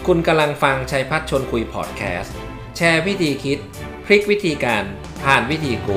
คุณกำลังฟังชัยพัฒน์ชวนคุยพอดแคสต์แชร์วิธีคิดพลิกวิธีการผ่านวิธีกู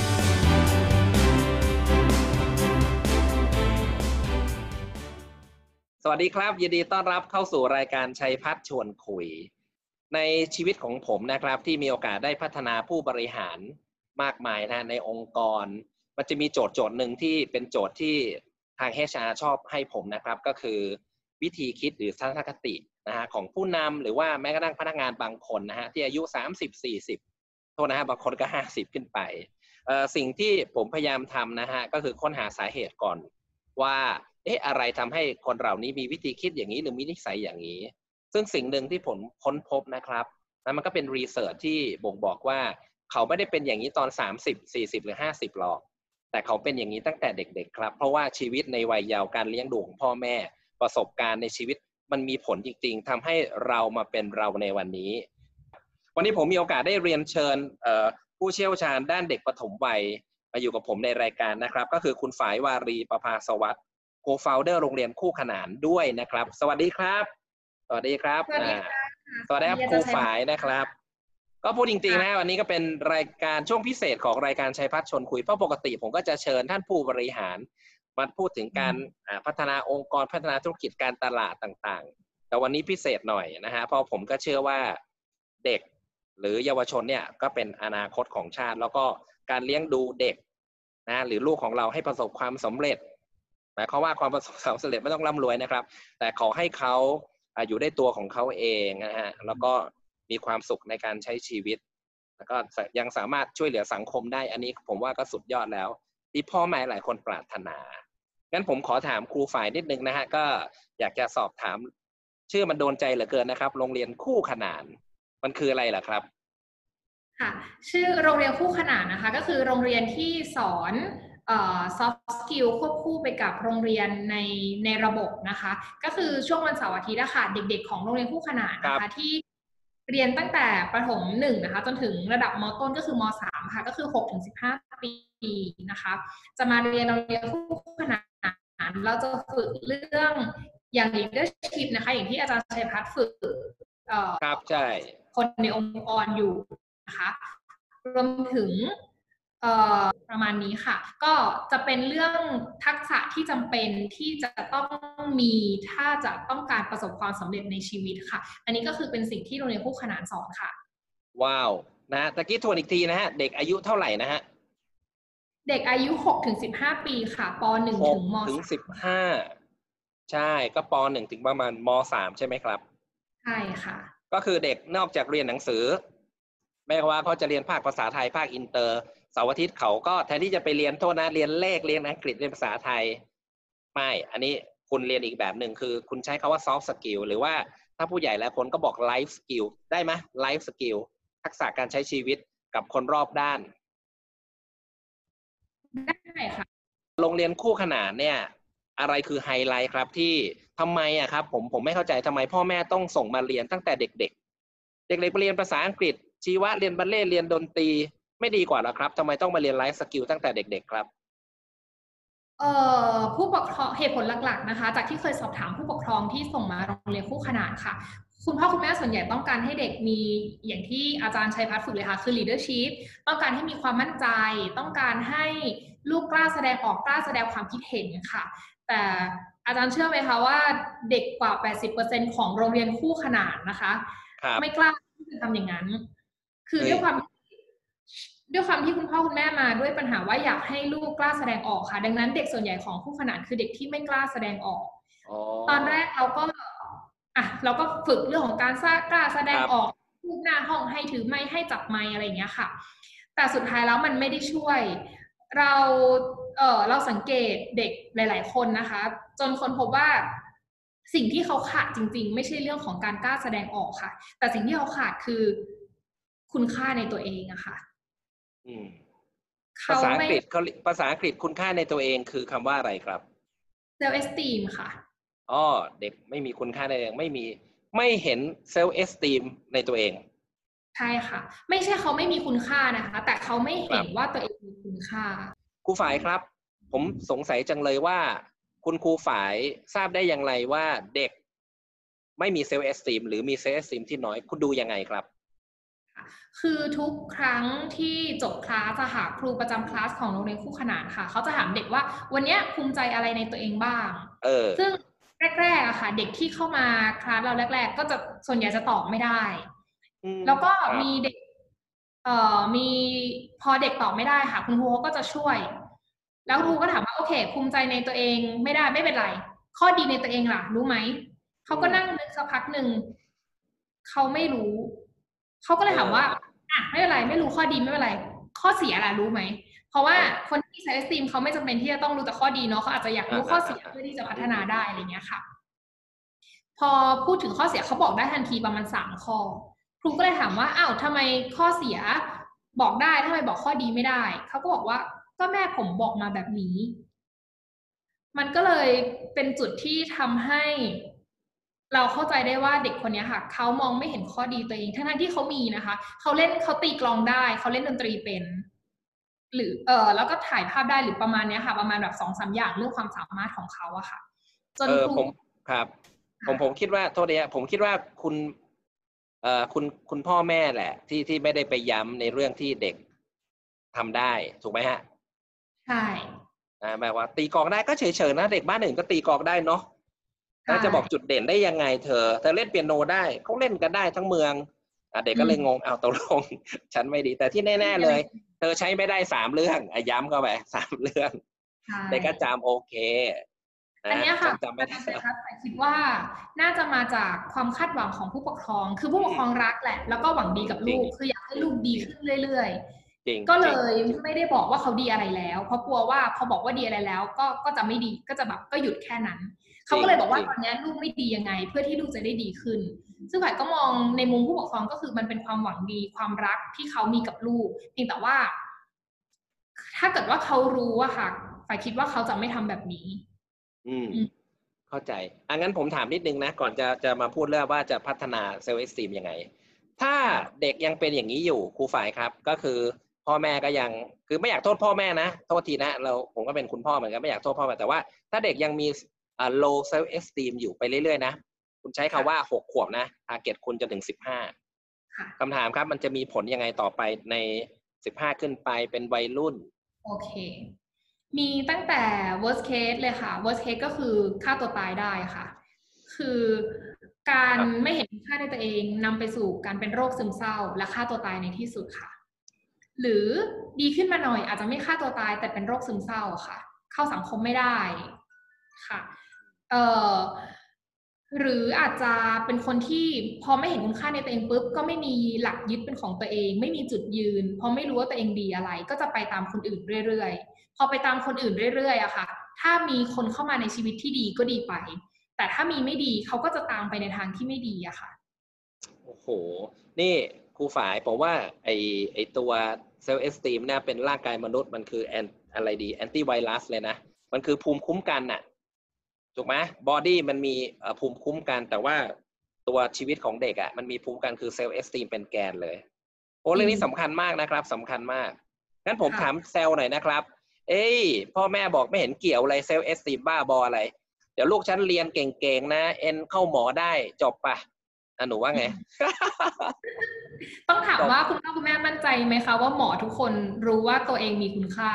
สวัสดีครับยินดีต้อนรับเข้าสู่รายการชัยพัฒน์ชวนคุยในชีวิตของผมนะครับที่มีโอกาสได้พัฒนาผู้บริหารมากมายนะในองค์กรมันจะมีโจทย์หนึ่งที่เป็นโจทย์ที่ทาง HR ชอบให้ผมนะครับก็คือวิธีคิดหรือทัศนคตินะฮะของผู้นำหรือว่าแม้กระทั่งพนักงานบางคนนะฮะที่อายุ30-40โทษนะฮะบางคนก็50ขึ้นไปสิ่งที่ผมพยายามทำนะฮะก็คือค้นหาสาเหตุก่อนว่าอะไรทำให้คนเหล่านี้มีวิธีคิดอย่างนี้หรือมีนิสัยอย่างนี้ซึ่งสิ่งหนึ่งที่ผมค้นพบนะครับแล้วมันก็เป็นรีเสิร์ชที่บ่งบอกว่าเขาไม่ได้เป็นอย่างนี้ตอน30 40หรือ50หรอกแต่เขาเป็นอย่างนี้ตั้งแต่เด็กๆครับเพราะว่าชีวิตในวัยเยาว์การเลี้ยงดูของพ่อแม่ประสบการณ์ในชีวิตมันมีผลจริงๆทำให้เรามาเป็นเราในวันนี้ผมมีโอกาสได้เรียนเชิญผู้เชี่ยวชาญด้านเด็กปฐมวัยมาอยู่กับผมในรายการนะครับก็คือคุณฝายวารีประภาสวัสดิ์โคฟาวเดอร์โรงเรียนคู่ขนานด้วยนะครับสวัสดีครับสวัสดีครับสวัสดีครับครูฝายนะครับก็พูดจริงๆนะวันนี้ก็เป็นรายการช่วงพิเศษของรายการชัยพัฒน์ชวนคุยเพราะปกติผมก็จะเชิญท่านผู้บริหารมาพูดถึงการพัฒนาองค์กรพัฒนาธุรกิจการตลาดต่างๆแต่วันนี้พิเศษหน่อยนะฮะเพราะผมก็เชื่อว่าเด็กหรือเยาวชนเนี่ยก็เป็นอนาคตของชาติแล้วก็การเลี้ยงดูเด็กนะหรือลูกของเราให้ประสบความสำเร็จหมายความว่าความประสบความสำเร็จไม่ต้องร่ำรวยนะครับแต่ขอให้เขาอยู่ได้ตัวของเขาเองนะฮะแล้วก็มีความสุขในการใช้ชีวิตแล้วก็ยังสามารถช่วยเหลือสังคมได้อันนี้ผมว่าก็สุดยอดแล้วที่พ่อแม่หลายคนปรารถนางั้นผมขอถามครูฝ่ายนิดนึงนะฮะก็อยากจะสอบถามชื่อมันโดนใจเหลือเกินนะครับโรงเรียนคู่ขนานมันคืออะไรล่ะครับค่ะชื่อโรงเรียนคู่ขนานนะคะก็คือโรงเรียนที่สอนsoft skill ควบคู่ไปกับโรงเรียนในระบบนะคะก็คือช่วงวันเสาร์อาทิตย์ค่ะเด็กๆของโรงเรียนคู่ขนานนะคะที่เรียนตั้งแต่ประถม1นะคะจนถึงระดับม.ต้นก็คือม.3ค่ะก็คือ 6-15 ปีนะคะจะมาเรียนโรงเรียนคู่ขนานเราจะฝึกเรื่องอย่าง leadership นะคะอย่างที่อาจารย์ชัยพัฒน์ฝึกครับใช่คนในองค์กรอยู่นะคะรวมถึงประมาณนี้ค่ะก็จะเป็นเรื่องทักษะที่จำเป็นที่จะต้องมีถ้าจะต้องการประสบความสำเร็จในชีวิตค่ะอันนี้ก็คือเป็นสิ่งที่โรงเรียนคู่ขนานสอนค่ะว้าวนะตะกี้ทวนอีกทีนะฮะเด็กอายุเท่าไหร่นะฮะเด็กอายุ 6-15 ปีค่ะป.1 ถึงม.3 ถึง15ใช่ก็ป.1 ถึงประมาณม.3 ใช่ไหมครับใช่ค่ะก็คือเด็กนอกจากเรียนหนังสือไม่ว่าเขาจะเรียนภาคภาษาไทยภาคอินเตอร์เสาร์อาทิตย์เขาก็แทนที่จะไปเรียนโทษนะเรียนเลขเรียนอังกฤษเรียนภาษาไทยไม่อันนี้คุณเรียนอีกแบบหนึ่งคือคุณใช้คำว่า soft skill หรือว่าถ้าผู้ใหญ่หลายคนก็บอก life skill ได้ไหม life skill ทักษะการใช้ชีวิตกับคนรอบด้านได้ค่ะโรงเรียนคู่ขนานเนี่ยอะไรคือไฮไลท์ครับที่ทำไมอะครับผมไม่เข้าใจทำไมพ่อแม่ต้องส่งมาเรียนตั้งแต่เด็กๆเด็กๆไปเรียนภาษาอังกฤษชีวะเรียนบัลเล่ต์เรียนดนตรีไม่ดีกว่าหรอครับทำไมต้องมาเรียนไลฟ์สกิลตั้งแต่เด็กๆครับผู้ปกครองเหตุผลหลักๆนะคะจากที่เคยสอบถามผู้ปกครองที่ส่งมาโรงเรียนคู่ขนานค่ะคุณพ่อคุณแม่ส่วนใหญ่ต้องการให้เด็กมีอย่างที่อาจารย์ชัยพัฒน์ฝึกเลยค่ะคือ leadership ต้องการให้มีความมั่นใจต้องการให้ลูกกล้าแสดงออกกล้าแสดงความคิดเห็นค่ะแต่อาจารย์เชื่อไหมคะว่าเด็กกว่า 80% ของโรงเรียนคู่ขนานนะคะไม่กล้าที่จะทำอย่างนั้นคือด้วยความที่คุณพ่อคุณแม่มาด้วยปัญหาว่าอยากให้ลูกกล้าแสดงออกค่ะดังนั้นเด็กส่วนใหญ่ของคู่ขนานคือเด็กที่ไม่กล้าแสดงออกตอนแรกเราก็ฝึกเรื่องของการกล้าแสดงออกพูดหน้าห้องให้ถือไมค์ให้จับไมค์อะไรอย่างเงี้ยค่ะแต่สุดท้ายแล้วมันไม่ได้ช่วยเราสังเกตเด็กหลายๆคนนะคะจนคนพบว่าสิ่งที่เขาขาดจริงๆไม่ใช่เรื่องของการกล้าแสดงออกค่ะแต่สิ่งที่เขาขาดคือคุณค่าในตัวเองอะค่ะภาษาอังกฤษคุณค่าในตัวเองคือคำว่าอะไรครับ self esteem ค่ะเด็กไม่มีคุณค่าในตัวเองไม่เห็น self esteem ในตัวเองใช่ค่ะไม่ใช่เขาไม่มีคุณค่านะคะแต่เขาไม่เห็นว่าตัวเองมีคุณค่าครูฝ่ายครับผมสงสัยจังเลยว่าคุณครูฝ่ายทราบได้อย่างไรว่าเด็กไม่มีเซลฟ์เอสติมหรือมีเซลฟ์เอสติมที่น้อยคุณดูยังไงครับคือทุกครั้งที่จบคลาสอะค่ะครูประจำคลาสของโรงเรียนคู่ขนานค่ะเขาจะถามเด็กว่าวันนี้ภูมิใจอะไรในตัวเองบ้างซึ่งแรกๆอะค่ะเด็กที่เข้ามาคลาสเราแรกๆก็จะส่วนใหญ่จะตอบไม่ได้แล้วก็มีเด็กมีพอเด็กตอบไม่ได้ค่ะคุณครูก็จะช่วยแล้วครูก็ถามว่าโอเคภูมิใจในตัวเองไม่ได้ไม่เป็นไรข้อดีในตัวเองล่ะรู้ไหมเขาก็นั่งนึกสักพักหนึ่งเขาไม่รู้เขาก็เลยถามว่าไม่เป็นไรไม่รู้ข้อดีไม่เป็นไรข้อเสียล่ะรู้ไหมเพราะว่าคนที่ใช้เอสตีมเขาไม่จำเป็นที่จะต้องรู้แต่ข้อดีเนาะเขาอาจจะอยากรู้ข้อเสียเพื่อที่จะพัฒนาได้อะไรเงี้ยค่ะพอพูดถึงข้อเสียเขาบอกได้ทันทีประมาณ3 ข้อครูก็เลยถามว่าอ้าวทำไมข้อเสียบอกได้ทำไมบอกข้อดีไม่ได้เขาก็บอกว่าก็แม่ผมบอกมาแบบนี้มันก็เลยเป็นจุดที่ทำให้เราเข้าใจได้ว่าเด็กคนนี้ค่ะเขามองไม่เห็นข้อดีตัวเองทั้งที่เขามีนะคะเขาตีกลองได้เขาเล่นดนตรีเป็นหรือแล้วก็ถ่ายภาพได้หรือประมาณนี้ค่ะประมาณแบบ2-3 อย่างเรื่องความสามารถของเขาอะค่ะจนครูผมครับผมคิดว่าโทษทีผมคิดว่าคุณพ่อแม่แหละที่ไม่ได้ไปย้ำในเรื่องที่เด็กทำได้ถูกไหมฮะใช่แบบว่าตีกลองได้ก็เฉยๆนะเด็กบ้านอื่นก็ตีกลองได้เนาะแล้วจะบอกจุดเด่นได้ยังไงเธอเล่นเปียโนได้เขาเล่นกันได้ทั้งเมืองเด็กก็เลยงงเอาตกลงฉันไม่ดีแต่ที่แน่ๆเลยเธอใช้ไม่ได้3 เรื่องย้ำเข้าไป3 เรื่องเด็กก็จำโอเคอันนี้ค่ะอาจารย์ชัยพัฒน์คิดว่าน่าจะมาจากความคาดหวังของผู้ปกครองคือผู้ปกครองรักแหละแล้วก็หวังดีกับลูกคืออยากให้ลูกดีขึ้นเรื่อยๆก็เลยไม่ได้บอกว่าเขาดีอะไรแล้วเพราะกลัวว่าพอบอกว่าดีอะไรแล้วก็จะไม่ดีก็จะแบบก็หยุดแค่นั้นเขาก็เลยบอกว่าตอนนี้ลูกไม่ดียังไงเพื่อที่ลูกจะได้ดีขึ้นซึ่งฝ่ายก็มองในมุมผู้ปกครองก็คือมันเป็นความหวังดีความรักที่เขามีกับลูกเพียงแต่ว่าถ้าเกิดว่าเขารู้อะค่ะฝ่ายคิดว่าเขาจะไม่ทำแบบนี้เข้าใจงั้นผมถามนิดนึงนะก่อนจะมาพูดเรื่องว่าจะพัฒนาเซลล์เอสติมยังไงถ้าเด็กยังเป็นอย่างนี้อยู่ครูฝ่ายครับก็คือพ่อแม่ก็ยังคือไม่อยากโทษพ่อแม่นะโทษทีนะผมก็เป็นคุณพ่อเหมือนกันไม่อยากโทษพ่อแม่แต่ว่าถ้าเด็กยังมีlow self esteem อยู่ไปเรื่อยๆนะคุณใช้คำว่า6 ขวบนะ target คุณจะถึง15คำถามครับมันจะมีผลยังไงต่อไปใน15ขึ้นไปเป็นวัยรุ่นโอเคมีตั้งแต่ worst case เลยค่ะ worst case ก็คือฆ่าตัวตายได้ค่ะคือการไม่เห็นค่าในตัวเองนำไปสู่การเป็นโรคซึมเศร้าและฆ่าตัวตายในที่สุดค่ะหรือดีขึ้นมาหน่อยอาจจะไม่ฆ่าตัวตายแต่เป็นโรคซึมเศร้าค่ะเข้าสังคมไม่ได้ค่ะหรืออาจจะเป็นคนที่พอไม่เห็นคุณค่าในตัวเองปุ๊บก็ไม่มีหลักยึดเป็นของตัวเองไม่มีจุดยืนพอไม่รู้ว่าตัวเองดีอะไรก็จะไปตามคนอื่นเรื่อยๆพอไปตามคนอื่นเรื่อยๆอะค่ะถ้ามีคนเข้ามาในชีวิตที่ดีก็ดีไปแต่ถ้ามีไม่ดีเขาก็จะตามไปในทางที่ไม่ดีอะค่ะโอ้โหนี่ครูฝ่ายผมว่าไอตัวเซลล์เอสติมเนี่ยเป็นร่างกายมนุษย์มันคืออะไรดีแอนตี้ไวรัสเลยนะมันคือภูมิคุ้มกันน่ะถูกไหมบอดี้มันมีภูมิคุ้มกันแต่ว่าตัวชีวิตของเด็กมันมีภูมิคุ้มกันคือเซลล์เอสติมเป็นแกนเลยโอ้เรื่องนี้สำคัญมากนะครับสำคัญมากงั้นผมถามเซลล์หน่อยนะครับพ่อแม่บอกไม่เห็นเกี่ยวอะไรเซลล์เอสติมบ้าบออะไรเดี๋ยวลูกฉันเรียนเก่งๆนะเข้าหมอได้จบปะหนูว่าไงต้องถามว่าคุณพ่อคุณแม่มั่นใจไหมคะว่าหมอทุกคนรู้ว่าตัวเองมีคุณค่า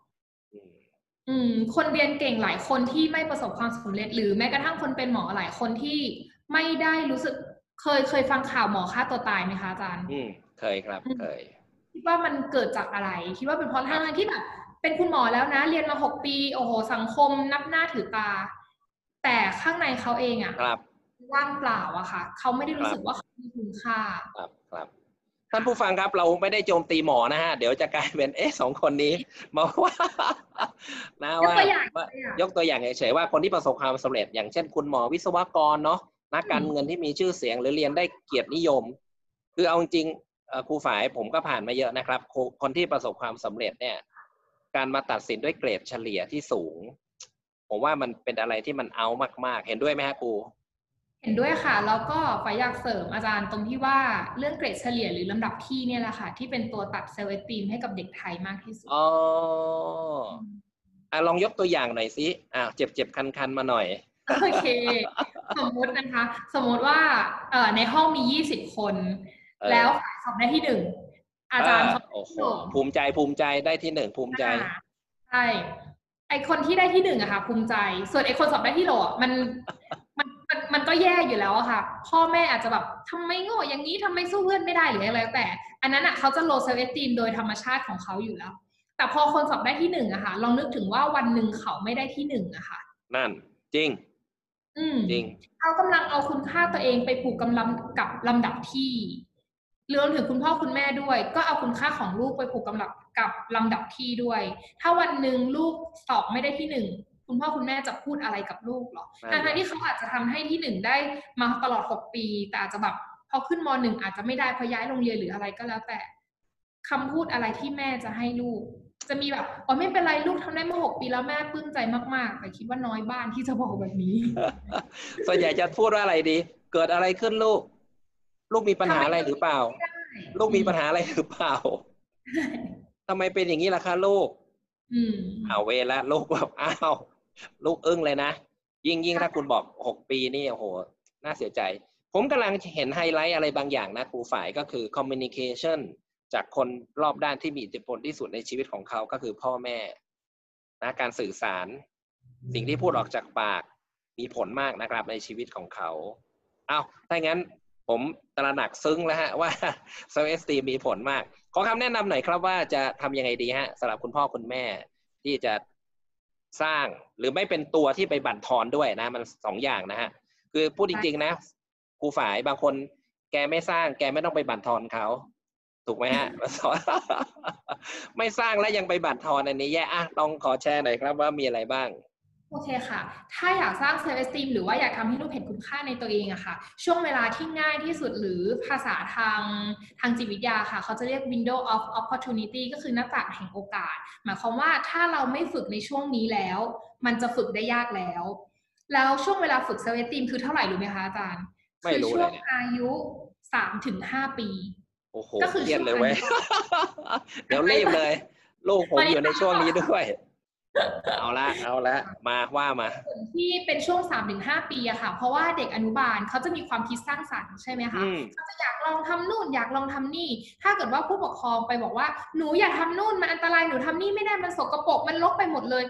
คนเรียนเก่งหลายคนที่ไม่ประสบความสำเร็จหรือแม้กระทั่งคนเป็นหมอหลายคนที่ไม่ได้รู้สึกเคยฟังข่าวหมอฆ่าตัวตายไหมคะอาจารย์เคยครับเคยคิดว่ามันเกิดจากอะไรคิดว่าเป็นเพราะทางที่แบบเป็นคุณหมอแล้วนะเรียนมา6 ปีโอ้โหสังคมนับหน้าถือตาแต่ข้างในเขาเองว่างเปล่าอะค่ะเขาไม่ได้รู้สึกว่าเขามีคุณค่าครับท่านผู้ฟังครับเราไม่ได้โจมตีหมอนะฮะเดี๋ยวจะกลายเป็น2 คนนี้มาว่านะว่ายกตัวอย่างเฉยๆว่าคนที่ประสบความสำเร็จอย่างเช่นคุณหมอวิศวกรเนาะนักการเงินที่มีชื่อเสียงหรือเรียนได้เกียรตินิยมคือเอาจริงครูฝ่ายผมก็ผ่านมาเยอะนะครับคนที่ประสบความสำเร็จเนี่ยการมาตัดสินด้วยเกรดเฉลี่ยที่สูงผมว่ามันเป็นอะไรที่มันเอามากๆเห็นด้วยไหมฮะครูเห็นด้วยค่ะแล้วก็ฝ่ายอยากเสริมอาจารย์ตรงที่ว่าเรื่องเกรดเฉลี่ยหรือลำดับที่เนี่ยแหละค่ะที่เป็นตัวตัดเซลล์เอสติมให้กับเด็กไทยมากที่สุดลองยกตัวอย่างหน่อยสิเจ็บคันๆมาหน่อยโอเคสมมุตินะคะ สมมติว่าในห้องมี20 คน แล้วสอบได้ที่ 1อาจารย์เขาโอ้โหภูมิใจได้ที่ 1ภูมิใจใช่ไอคนที่ได้ที่ 1อะค่ะภูมิใจ ส่วนไอคนสอบได้ที่โหลมันก็แย่อยู่แล้วอะค่ะ พ่อแม่อาจจะแบบทำไมโง่อย่างนี้ทำไมสู้เพื่อนไม่ได้หรืออะไรแต่ อันนั้นอะเขาจะ low self esteem โดยธรรมชาติของเขาอยู่แล้ว แต่พอคนสอบได้ที่ 1อะค่ะลองนึกถึงว่าวันหนึ่งเขาไม่ได้ที่ 1อะค่ะนั่นจริงจริงเขากำลังเอาคุณค่าตัวเองไปผูกกำลังกับลำดับที่รวมถึงคุณพ่อคุณแม่ด้วย ก็เอาคุณค่าของลูกไปผูกกำลังกับลำดับที่ด้วย ถ้าวันหนึ่งลูกสอบไม่ได้ที่ 1คุณพ่อคุณแม่จะพูดอะไรกับลูกหรอทั้งที่เขาอาจจะทำให้ที่ 1ได้มาตลอด6 ปีแต่อาจจะแบบพอขึ้นม.1อาจจะไม่ได้เพราะย้ายโรงเรียนหรืออะไรก็แล้วแต่คำพูดอะไรที่แม่จะให้ลูกจะมีแบบอ๋อไม่เป็นไรลูกทำได้มา6 ปีแล้วแม่ปลื้มใจมากๆแต่คิดว่าน้อยบ้านที่จะบอกแบบนี้ส่วนใหญ่จะพูดว่าอะไรดีเกิดอะไรขึ้นลูกมีปัญหาอะไรหรือเปล่าลูกมีปัญหาอะไรหรือเปล่าทำไมเป็นอย่างนี้ล่ะคะลูกเวละลูกแบบลูกอึ้งเลยนะยิ่งถ้าคุณบอก6 ปีนี่โอ้โหน่าเสียใจผมกำลังเห็นไฮไลท์อะไรบางอย่างนะครูฝ่ายก็คือ communication จากคนรอบด้านที่มีอิทธิพลที่สุดในชีวิตของเขาก็คือพ่อแม่นะการสื่อสารสิ่งที่พูดออกจากปากมีผลมากนะครับในชีวิตของเขาถ้างั้นผมตระหนักซึ้งแล้วฮะว่า self esteem มีผลมากขอคำแนะนำหน่อยครับว่าจะทำยังไงดีฮะสำหรับคุณพ่อคุณแม่ที่จะสร้างหรือไม่เป็นตัวที่ไปบั่นทอนด้วยนะมัน2 อย่างนะฮะคือพูดจริงๆนะครูฝ่ายบางคนแกไม่สร้างแกไม่ต้องไปบั่นทอนเขาถูกไหมฮะ ไม่สร้างแล้วยังไปบั่นทอนอันนี้แย่ต้องขอแชร์หน่อยครับว่ามีอะไรบ้างโอเคค่ะ ถ้าอยากสร้าง self esteem หรือว่าอยากทำให้ลูกเห็นคุณค่าในตัวเองอะค่ะ ช่วงเวลาที่ง่ายที่สุดหรือภาษาทางจิตวิทยาค่ะ เขาจะเรียก window of opportunity ก็คือหน้าต่างแห่งโอกาส หมายความว่าถ้าเราไม่ฝึกในช่วงนี้แล้ว มันจะฝึกได้ยากแล้ว แล้วช่วงเวลาฝึก self esteem คือเท่าไหร่รู้ไหมคะอาจารย์ คือช่วงอายุ 3-5 ปีโอ้โหก็คือเครียดเลยเว้ย เดี๋ยวรีบเลย ลูกผมอยู่ในช่วงนี้ด้วยเอาละมาว่ามาที่เป็นช่วง 3-5 ปีอะค่ะเพราะว่าเด็กอนุบาลเขาจะมีความคิดสร้างสรรค์ใช่ไหมคะเขาจะอยากลองทำนู่นอยากลองทำนี่ถ้าเกิดว่าผู้ปกครองไปบอกว่าหนูอย่าทำนู่นมันอันตรายหนูทำนี่ไม่ได้มันสกปรกมันรกไปหมดเลย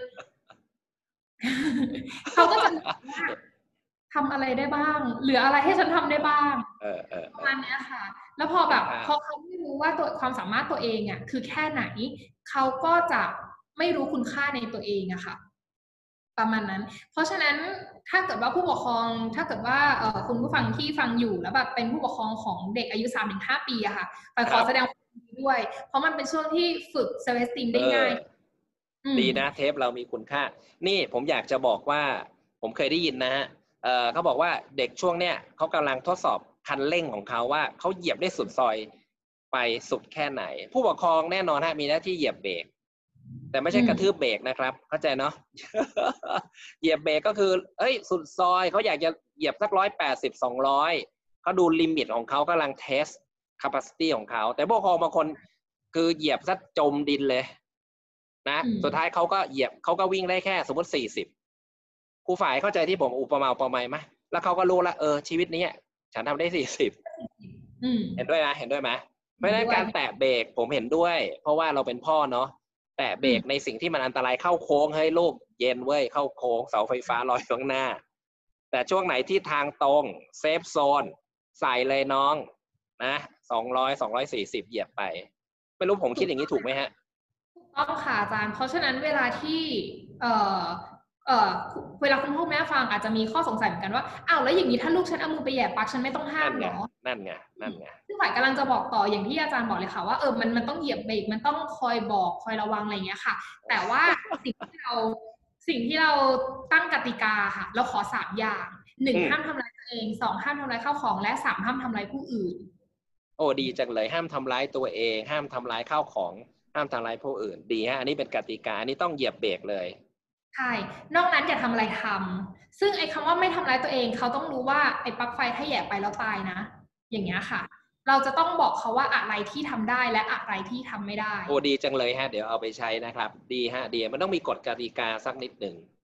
เขาก็จะทำอะไรได้บ้างเหลืออะไรให้ฉันทำได้บ้างประมาณนี้ค่ะแล้วพอเขาไม่รู้ว่าตัวความสามารถตัวเองอะคือแค่ไหนเขาก็จะไม่รู้คุณค่าในตัวเองอะค่ะประมาณนั้นเพราะฉะนั้นถ้าเกิดว่าผู้ปกครองถ้าเกิดว่าคุณผู้ฟังที่ฟังอยู่แล้วแบบเป็นผู้ปกครองของเด็กอายุ 3-5 ปีอะค่ะขอแสดงความยินดีด้วยเพราะมันเป็นช่วงที่ฝึก self esteem ได้ง่ายดีนะเทปเรามีคุณค่านี่ผมอยากจะบอกว่าผมเคยได้ยินนะฮะเขาบอกว่าเด็กช่วงเนี้ยเขากำลังทดสอบคันเร่งของเขาว่าเขาเหยียบได้สุดซอยไปสุดแค่ไหนผู้ปกครองแน่นอนฮะมีหน้าที่เหยียบเบรกแต่ไม่ใช่กระทืบเบรกนะครับเข้าใจเนาะ เหยียบเบรกก็คือสุดซอยเขาอยากจะเหยียบสัก180-200เขาดูลิมิตของเขากำลังเทส capacity ของเขาแต่ผู้ปกครองบางคนคือเหยียบซะจมดินเลยนะสุดท้ายเขาก็เหยียบเขาก็วิ่งได้แค่สมมติ40ครูฝ่ายเข้าใจที่ผมอุปมาอุปไมยไหมแล้วเขาก็รู้แล้วชีวิตนี้ฉันทำได้40เห็นด้วยไหมเพราะฉะนั้นการแตะเบรกผมเห็นด้วยเพราะว่าเราเป็นพ่อเนาะแตะเบรกในสิ่งที่มันอันตรายเข้าโค้งให้ลูกเย็นเว้ยเข้าโค้งเสาไฟฟ้าลอยข้างหน้าแต่ช่วงไหนที่ทางตรงเซฟโซนใส่เลยน้องนะ240เหยียบไปไม่รู้ผมคิดอย่างนี้ถูกไหมฮะต้องค่ะอาจารย์เพราะฉะนั้นเวลาที่เวลาคุณพ่อแม่ฟังอาจจะมีข้อสงสัยเหมือนกันว่าแล้วอย่างนี้ถ้าลูกฉันเอามือไปแย่ปลั๊กฉันไม่ต้องห้ามหรอนั่นไงซึ่งฝ่ายกำลังจะบอกต่ออย่างที่อาจารย์บอกเลยค่ะว่ามันต้องเหยียบเบรกมันต้องคอยบอกคอยระวังอะไรอย่างเงี้ยค่ะแต่ว่าสิ่งที่เราตั้งกติกาค่ะเราขอ3 อย่าง1ห้ามทำร้ายตัวเอง2ห้ามทำร้ายข้าวของและ3ห้ามทำร้ายผู้อื่นดีจังเลยห้ามทำร้ายตัวเองห้ามทำร้ายข้าวของห้ามทำร้ายผู้อื่นดีฮะอันนี้เป็นกติกาอันนี้ต้องเหยียบเบรกเลยใช่นอกนั้นอย่าทำอะไรทำซึ่งไอ้คำว่าไม่ทำร้ายตัวเองเขาต้องรู้ว่าไอ้ปลั๊กไฟถ้าแหย่ไปแล้วตายนะอย่างเงี้ยค่ะเราจะต้องบอกเขาว่าอะไรที่ทำได้และอะไรที่ทำไม่ได้ดีจังเลยฮะเดี๋ยวเอาไปใช้นะครับดีฮะดีมันต้องมีกฎกติกาสักนิดหนึ่ง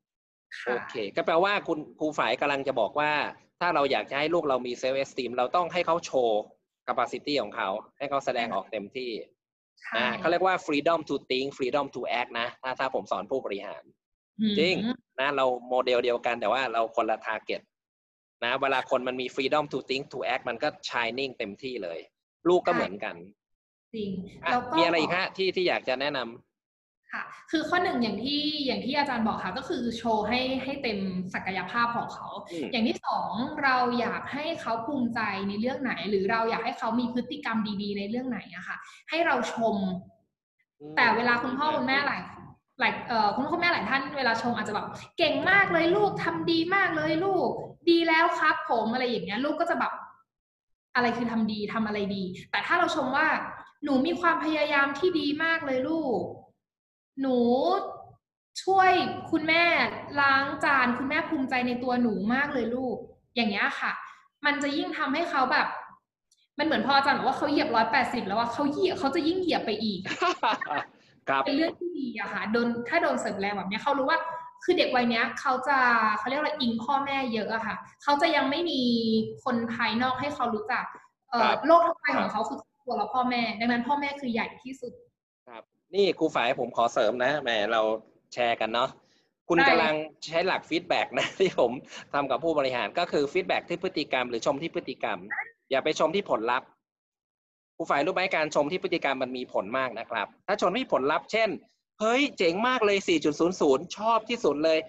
โอค่ะเคก็แปลว่าคุณครูฝ่ายกำลังจะบอกว่าถ้าเราอยากจะให้ลูกเรามีเซลฟ์เอสติมเราต้องให้เขาโชว์ capacity ของเขาให้เขาแสดงออกเต็มที่ใช่เขาเรียกว่า freedom to think freedom to act นะถ้าผมสอนผู้บริหารจริงนะเราโมเดลเดียวกันแต่ว่าเราคนละ target นะเวลาคนมันมี freedom to think to act มันก็ shining เต็มที่เลยลูกก็เหมือนกันจริงแล้วก็มีอะไรอีกฮะที่อยากจะแนะนำค่ะคือข้อหนึ่งอย่างที่อาจารย์บอกค่ะก็คือโชว์ให้เต็มศักยภาพของเขาอย่างที่สองเราอยากให้เขาภูมิใจในเรื่องไหนหรือเราอยากให้เขามีพฤติกรรมดีๆในเรื่องไหนอะค่ะให้เราชมแต่เวลาคุณพ่อคุณแม่คุณพ่อคุณแม่หลายท่านเวลาชมอาจจะแบบเก่งมากเลยลูกทำดีมากเลยลูกดีแล้วครับผมอะไรอย่างเงี้ยลูกก็จะแบบอะไรคือทำดีทำอะไรดีแต่ถ้าเราชมว่าหนูมีความพยายามที่ดีมากเลยลูกหนูช่วยคุณแม่ล้างจานคุณแม่ภูมิใจในตัวหนูมากเลยลูกอย่างเงี้ยค่ะมันจะยิ่งทำให้เขาแบบมันเหมือนพออาจารย์บอกว่าเขาเหยียบ180แล้วว่าเขาจะยิ่งเหยียบไปอีก เป็นเรื่องที่ดีอะค่ะถ้าโดนเสริมแรงแบบนี้เขารู้ว่าคือเด็กวัยนี้เขาเรียกว่าอิงพ่อแม่เยอะอะค่ะเขาจะยังไม่มีคนภายนอกให้เขารู้จักโลกทั้งใบของเขาคือตัวเราพ่อแม่ดังนั้นพ่อแม่คือใหญ่ที่สุดครับนี่ครูฝ่ายผมขอเสริมนะแหมเราแชร์กันเนาะคุณกำลังใช้หลักฟีดแบ็กนะที่ผมทำกับผู้บริหารก็คือฟีดแบ็กที่พฤติกรรมหรือชมที่พฤติกรรมอย่าไปชมที่ผลลัพธ์ครูฝ่ายรู้ไหมการชมที่พฤติกรรมมันมีผลมากนะครับถ้าชมที่ผลลัพธ์เช่นเฮ้ยเจ๋งมากเลย 4.00 ชอบที่สุดเลย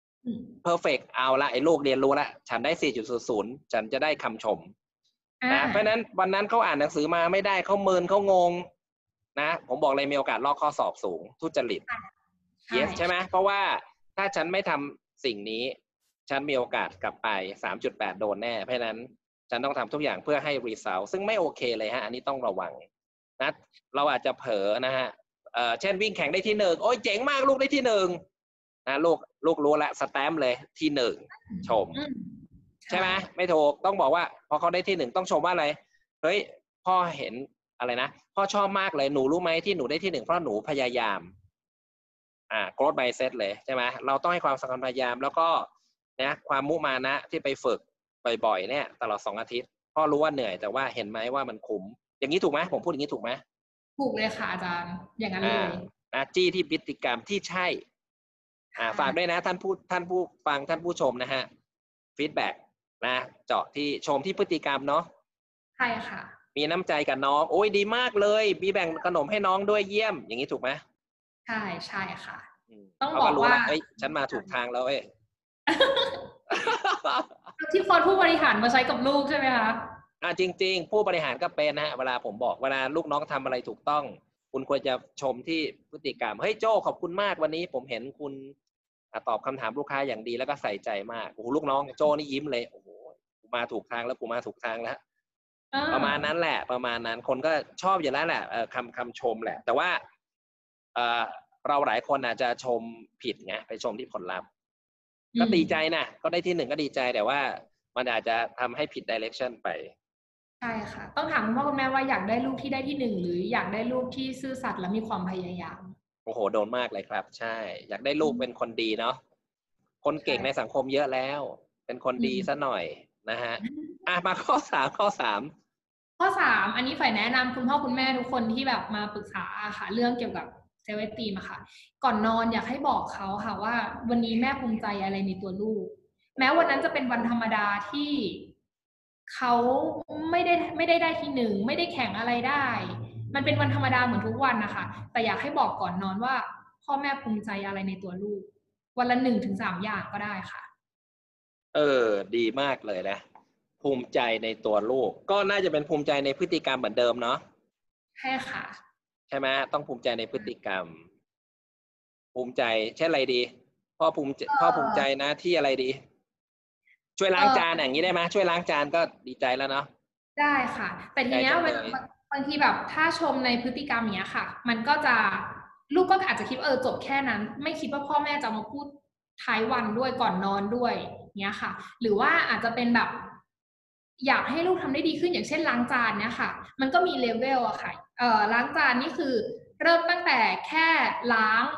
perfect เอาละไอ้ลูกเรียนรู้ละฉันได้ 4.00 ฉันจะได้คำชมนะเพราะนั้นวันนั้นเขาอ่านหนังสือมาไม่ได้เขาเมินเขางงนะผมบอกเลยมีโอกาสลอกข้อสอบสูงทุจริต yes ใช่ไหมเพราะว่าถ้าฉันไม่ทำสิ่งนี้ฉันมีโอกาสกลับไป 3.8 โดนแน่เพราะนั้นฉันต้องทำทุกอย่างเพื่อให้ result ซึ่งไม่โอเคเลยฮะอันนี้ต้องระวังนะเราอาจจะเผลอนะฮะเช่นวิ่งแข่งได้ที่1โอ้ยเจ๋งมากลูกได้ที่1นะลูกรู้ละสแตมป์เลยที่1ชมใช่ไหมไม่ถูกต้องบอกว่าพอเขาได้ที่1ต้องชมว่าอะไรเฮ้ยพ่อเห็นอะไรนะพ่อชอบมากเลยหนูรู้ไหมที่หนูได้ที่1เพราะหนูพยายามgrowth mindset เลยใช่ไหมเราต้องให้ความสำคัญพยายามแล้วก็นะความมุมานะที่ไปฝึกบ่อยๆเนี่ยตลอด2 อาทิตย์พ่อรู้ว่าเหนื่อยแต่ว่าเห็นไหมว่ามันคุ้มอย่างนี้ถูกไหมผมพูดอย่างนี้ถูกไหมถูกเลยค่ะอาจารย์อย่างนั้นเลยจี้ที่พฤติกรรมที่ใช่ฝากด้วยนะท่านผู้ฟังท่านผู้ชมนะฮะฟีดแบ็กนะเจาะที่ชมที่พฤติกรรมเนาะใช่ค่ะมีน้ำใจกับน้องโอ้ยดีมากเลยมีแบ่งขนมให้น้องด้วยเยี่ยมอย่างนี้ถูกไหมใช่ค่ะต้องบอกว่าฉันมาถูกทางแล้วที่โค้ชผู้บริหารมาใช้กับลูกใช่ไหมคะจริงๆผู้บริหารก็เป็นนะเวลาผมบอกเวลาลูกน้องทำอะไรถูกต้องคุณควรจะชมที่พฤติกรรมเฮ้ยโจ้ขอบคุณมากวันนี้ผมเห็นคุณตอบคำถามลูกค้าอย่างดีแล้วก็ใส่ใจมากโอ้โหลูกน้องโจ้นี่ยิ้มเลยโอ้โหกูมาถูกทางแล้วกูมาถูกทางแล้วประมาณนั้นแหละประมาณนั้นคนก็ชอบอยู่แล้วแหละคำชมแหละแต่ว่าเราหลายคนอาจจะชมผิดไงไปชมที่ผลลัพธ์ก็ดีใจนะก็ได้ที่1ก็ดีใจแต่ว่ามันอาจจะทำให้ผิด direction ไปใช่ค่ะต้องถามคุณพ่อคุณแม่ว่าอยากได้ลูกที่ได้ที่1หรืออยากได้ลูกที่ซื่อสัตย์และมีความพยายามโอ้โหโดนมากเลยครับใช่อยากได้ลูกเป็นคนดีเนาะคนเก่งในสังคมเยอะแล้วเป็นคนดีซะหน่อยนะฮะมาข้อ3ข้อ3 อันนี้ฝ่ายแนะนำคุณพ่อคุณแม่ทุกคนที่แบบมาปรึกษาค่ะเรื่องเกี่ยวกับเซลล์เอสตีมค่ะก่อนนอนอยากให้บอกเขาค่ะว่าวันนี้แม่ภูมิใจอะไรในตัวลูกแม้วันนั้นจะเป็นวันธรรมดาที่เขาไม่ได้ที่1ไม่ได้แข่งอะไรได้มันเป็นวันธรรมดาเหมือนทุกวันนะคะแต่อยากให้บอกก่อนนอนว่าพ่อแม่ภูมิใจอะไรในตัวลูกวันละ1-3อย่างก็ได้ค่ะดีมากเลยนะภูมิใจในตัวลูกก็น่าจะเป็นภูมิใจในพฤติกรรมเหมือนเดิมเนาะใช่ค่ะใช่ไหมต้องภูมิใจในพฤติกรรมภูมิใจเช่นอะไรดีพ่อภูมิใจนะที่อะไรดีช่วยล้างจานอย่างนี้ได้ไหมช่วยล้างจานก็ดีใจแล้วเนาะได้ค่ะแต่ทีเนี้ยบางทีแบบถ้าชมในพฤติกรรมเนี้ยค่ะมันก็จะลูกก็อาจจะคิดว่าจบแค่นั้นไม่คิดว่าพ่อแม่จะมาพูดท้ายวันด้วยก่อนนอนด้วยเนี้ยค่ะหรือว่าอาจจะเป็นแบบอยากให้ลูกทำได้ดีขึ้นอย่างเช่นล้างจานเนี้ยค่ะมันก็มีเลเวลอะค่ะล้างจานนี่คือเริ่มตั้งแต่แค่ล้าง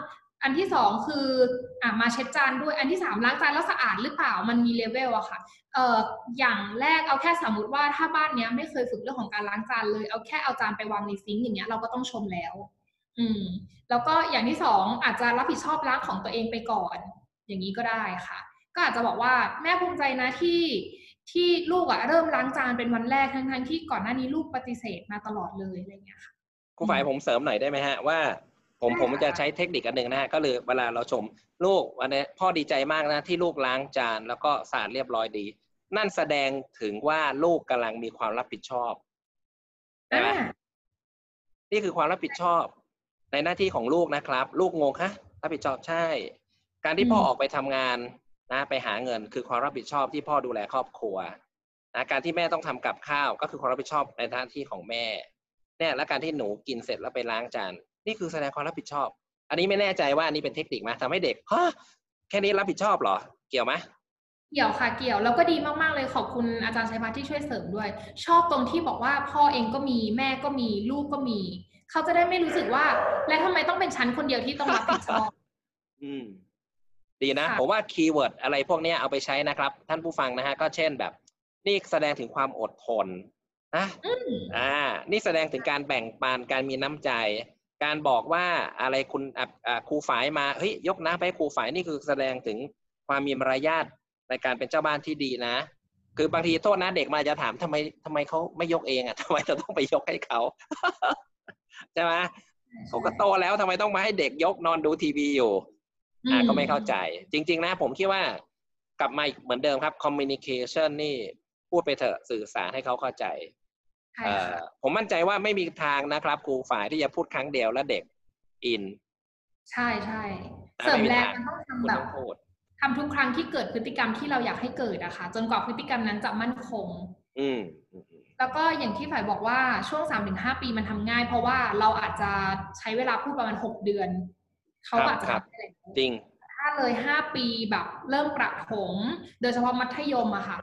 อันที่สองคือมาเช็ดจานด้วยอันที่สามล้างจานแล้วสะอาดหรือเปล่ามันมีเลเวลอะค่ะอย่างแรกเอาแค่สมมติว่าถ้าบ้านเนี้ยไม่เคยฝึกเรื่องของการล้างจานเลยเอาแค่เอาจานไปวางในซิงค์อย่างเงี้ยเราก็ต้องชมแล้วแล้วก็อย่างที่สองอาจจะรับผิดชอบล้างของตัวเองไปก่อนอย่างนี้ก็ได้ค่ะก็อาจจะบอกว่าแม่ภูมิใจนะที่ลูกเริ่มล้างจานเป็นวันแรกทั้งที่ก่อนหน้านี้ลูกปฏิเสธมาตลอดเลยอะไรเงี้ยค่ะครูฝ่ายผมเสริมหน่อยได้ไหมฮะว่าผมจะใช้เทคนิคอันหนึ่งนะฮะก็เลยเวลาเราชมลูกวันนี้พ่อดีใจมากนะที่ลูกล้างจานแล้วก็สะอาดเรียบร้อยดีนั่นแสดงถึงว่าลูกกำลังมีความรับผิดชอบใช่ไหมนี่คือความรับผิดชอบในหน้าที่ของลูกนะครับลูกงงฮะรับผิดชอบใช่การที่พ่อออกไปทำงานนะไปหาเงินคือความรับผิดชอบที่พ่อดูแลครอบครัวนะการที่แม่ต้องทำกับข้าวก็คือความรับผิดชอบในหน้าที่ของแม่เนี่ยและการที่หนูกินเสร็จแล้วไปล้างจานนี่คือแสดงความรับผิดชอบอันนี้ไม่แน่ใจว่าอันนี้เป็นเทคนิคไหมทำให้เด็กฮะแค่นี้รับผิดชอบเหรอเกี่ยวไหมเกี่ยวค่ะเกี่ยวแล้วก็ดีมากๆเลยขอบคุณอาจารย์ชัยพัฒน์ที่ช่วยเสริมด้วยชอบตรงที่บอกว่าพ่อเองก็มีแม่ก็มีลูกก็มีเขาจะได้ไม่รู้สึกว่าและทำไมต้องเป็นฉันคนเดียวที่ต้องรับผิดชอบดีนะผมว่าคีย์เวิร์ดอะไรพวกนี้เอาไปใช้นะครับท่านผู้ฟังนะฮะก็เช่นแบบนี่แสดงถึงความอดทนนะนี่แสดงถึงการแบ่งปันการมีน้ำใจการบอกว่าอะไรคุณครูฝ่ายมาเฮ้ยยกน้ำไปให้ครูฝ่ายนี่คือแสดงถึงความมีมารยาทในการเป็นเจ้าบ้านที่ดีนะคือบางทีโทษนะเด็กมาจะถามทำไมเขาไม่ยกเองทำไมเราต้องไปยกให้เขาใช่ไหมเขาก็โตแล้วทำไมต้องมาให้เด็กยกนอนดูทีวีอยู่ก็ไม่เข้าใจจริงๆนะผมคิดว่ากลับมาเหมือนเดิมครับ communication นี่พูดไปเถอะสื่อสารให้เขาเข้าใจผมมั่นใจว่าไม่มีทางนะครับครูฝ่ายที่จะพูดครั้งเดียวแล้วเด็กอินใช่ใช่เสริมแรงมันต้องทำแบบทำทุกครั้งที่เกิดพฤติกรรมที่เราอยากให้เกิดอะค่ะจนกว่าพฤติกรรมนั้นจะมั่นคงแล้วก็อย่างที่ฝ่ายบอกว่าช่วง 3-5 ปีมันทำง่ายเพราะว่าเราอาจจะใช้เวลาพูดประมาณ6 เดือนเขาอาจจะจริงถ้าเลย5 ปีแบบเริ่มประถมโดยเฉพาะมัธยมอะค่ะ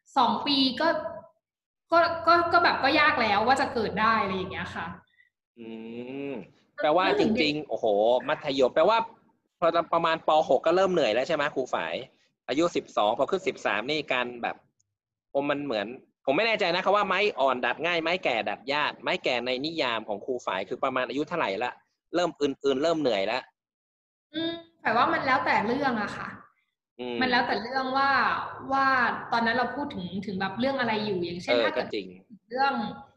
2 ปีก็แบบก็ยากแล้วว่าจะเกิดได้อะไรอย่างเงี้ยค่ะแปลว่าจริงๆโอ้โหมัธยมแปลว่าพอประมาณป.6 ก็เริ่มเหนื่อยแล้วใช่ไหมครูฝ่ายอายุ12พอขึ้น13นี่การแบบมันเหมือนผมไม่แน่ใจนะครับว่าไม้อ่อนดัดง่ายไม้แก่ดัดยากไม้แก่ในนิยามของครูฝ่ายคือประมาณอายุเท่าไหร่ละเริ่มอื่นๆเริ่มเหนื่อยแล้วแต่ว่ามันแล้วแต่เรื่องอะค่ะมันแล้วแต่เรื่องว่าตอนนั้นเราพูดถึงแบบเรื่องอะไรอยู่อย่างเช่นถ้าเกิดเรื่อง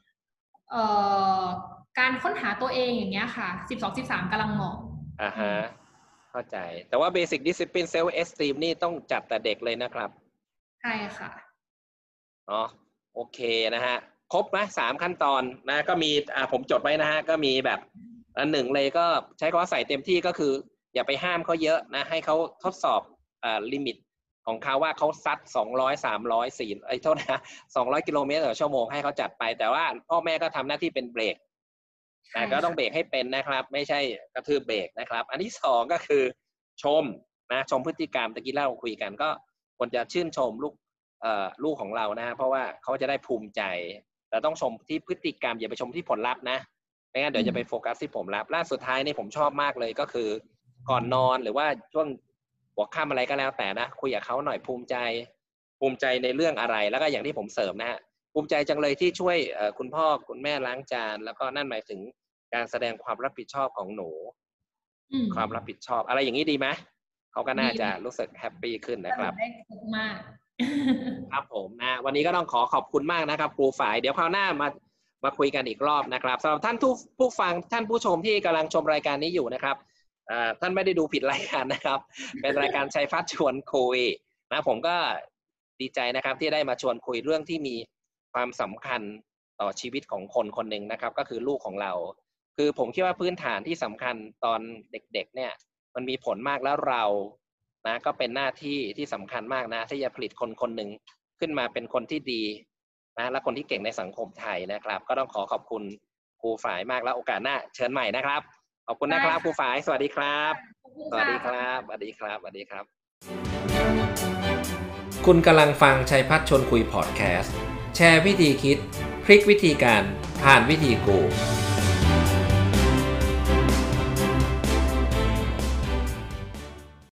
การค้นหาตัวเองอย่างเงี้ยค่ะ12-13กำลังเหมาะเข้าใจแต่ว่า basic discipline self esteem นี่ต้องจัดแต่เด็กเลยนะครับใช่ค่ะโอเคนะฮะครบนะ3ขั้นตอนนะก็มีผมจดไว้นะฮะก็มีแบบ1เลยก็ใช้คำว่าใส่เต็มที่ก็คืออย่าไปห้ามเขาเยอะนะให้เขาทดสอบลิมิตของเขาว่าเขาซัด200 300 4โทษนะ200 กิโลเมตรต่อชั่วโมงให้เขาจัดไปแต่ว่าพ่อแม่ก็ทำหน้าที่เป็นเบรกแต่ก็ต้องเบรกให้เป็นนะครับไม่ใช่กระทืบเบรกนะครับอันที่2ก็คือชมนะชมพฤติกรรมตะกี้เราคุยกันก็ควรจะชื่นชมลูกของเรานะเพราะว่าเขาจะได้ภูมิใจแต่ต้องชมที่พฤติกรรมอย่าไปชมที่ผลลัพธ์นะไม่งั้นเดี๋ยวจะไปโฟกัสที่ผลลัพธ์ล่าสุดท้ายนี่ผมชอบมากเลยก็คือก่อนนอนหรือว่าช่วงหัวค่ำอะไรก็แล้วแต่นะคุยกับเขาหน่อยภูมิใจในเรื่องอะไรแล้วก็อย่างที่ผมเสริมนะฮะภูมิใจจังเลยที่ช่วยคุณพ่อคุณแม่ล้างจานแล้วก็นั่นหมายถึงการแสดงความรับผิดชอบของหนูความรับผิดชอบอะไรอย่างนี้ดีไหมเขาก็น่าจะรู้สึกแฮปปี้ขึ้นนะครับมากครับผมนะวันนี้ก็ต้องขอบคุณมากนะครับครูฝ่ายเดี๋ยวคราวหน้ามาคุยกันอีกรอบนะครับสำหรับท่านผู้ฟังท่านผู้ชมที่กำลังชมรายการนี้อยู่นะครับท่านไม่ได้ดูผิดรายการนะครับเป็นรายการชัยพัฒน์ชวนคุยนะผมก็ดีใจนะครับที่ได้มาชวนคุยเรื่องที่มีความสำคัญต่อชีวิตของคนคนหนึ่งนะครับก็คือลูกของเราคือผมคิดว่าพื้นฐานที่สำคัญตอนเด็กๆเนี่ยมันมีผลมากแล้วเรานะก็เป็นหน้าที่ที่สำคัญมากนะที่จะผลิตคนคนหนึ่งขึ้นมาเป็นคนที่ดีนะและคนที่เก่งในสังคมไทยนะครับก็ต้องขอบคุณครูฝ่ายมากแล้วโอกาสหน้าเชิญใหม่นะครับขอบคุณนะครับครูฝ่ายสวัสดีครับสวัสดีครับสวัสดีครับสวัสดีครับคุณกำลังฟังชัยพัฒน์ชวนคุยพอดแคสต์แชร์วิธีคิดพลิกวิธีการผ่านวิธีกู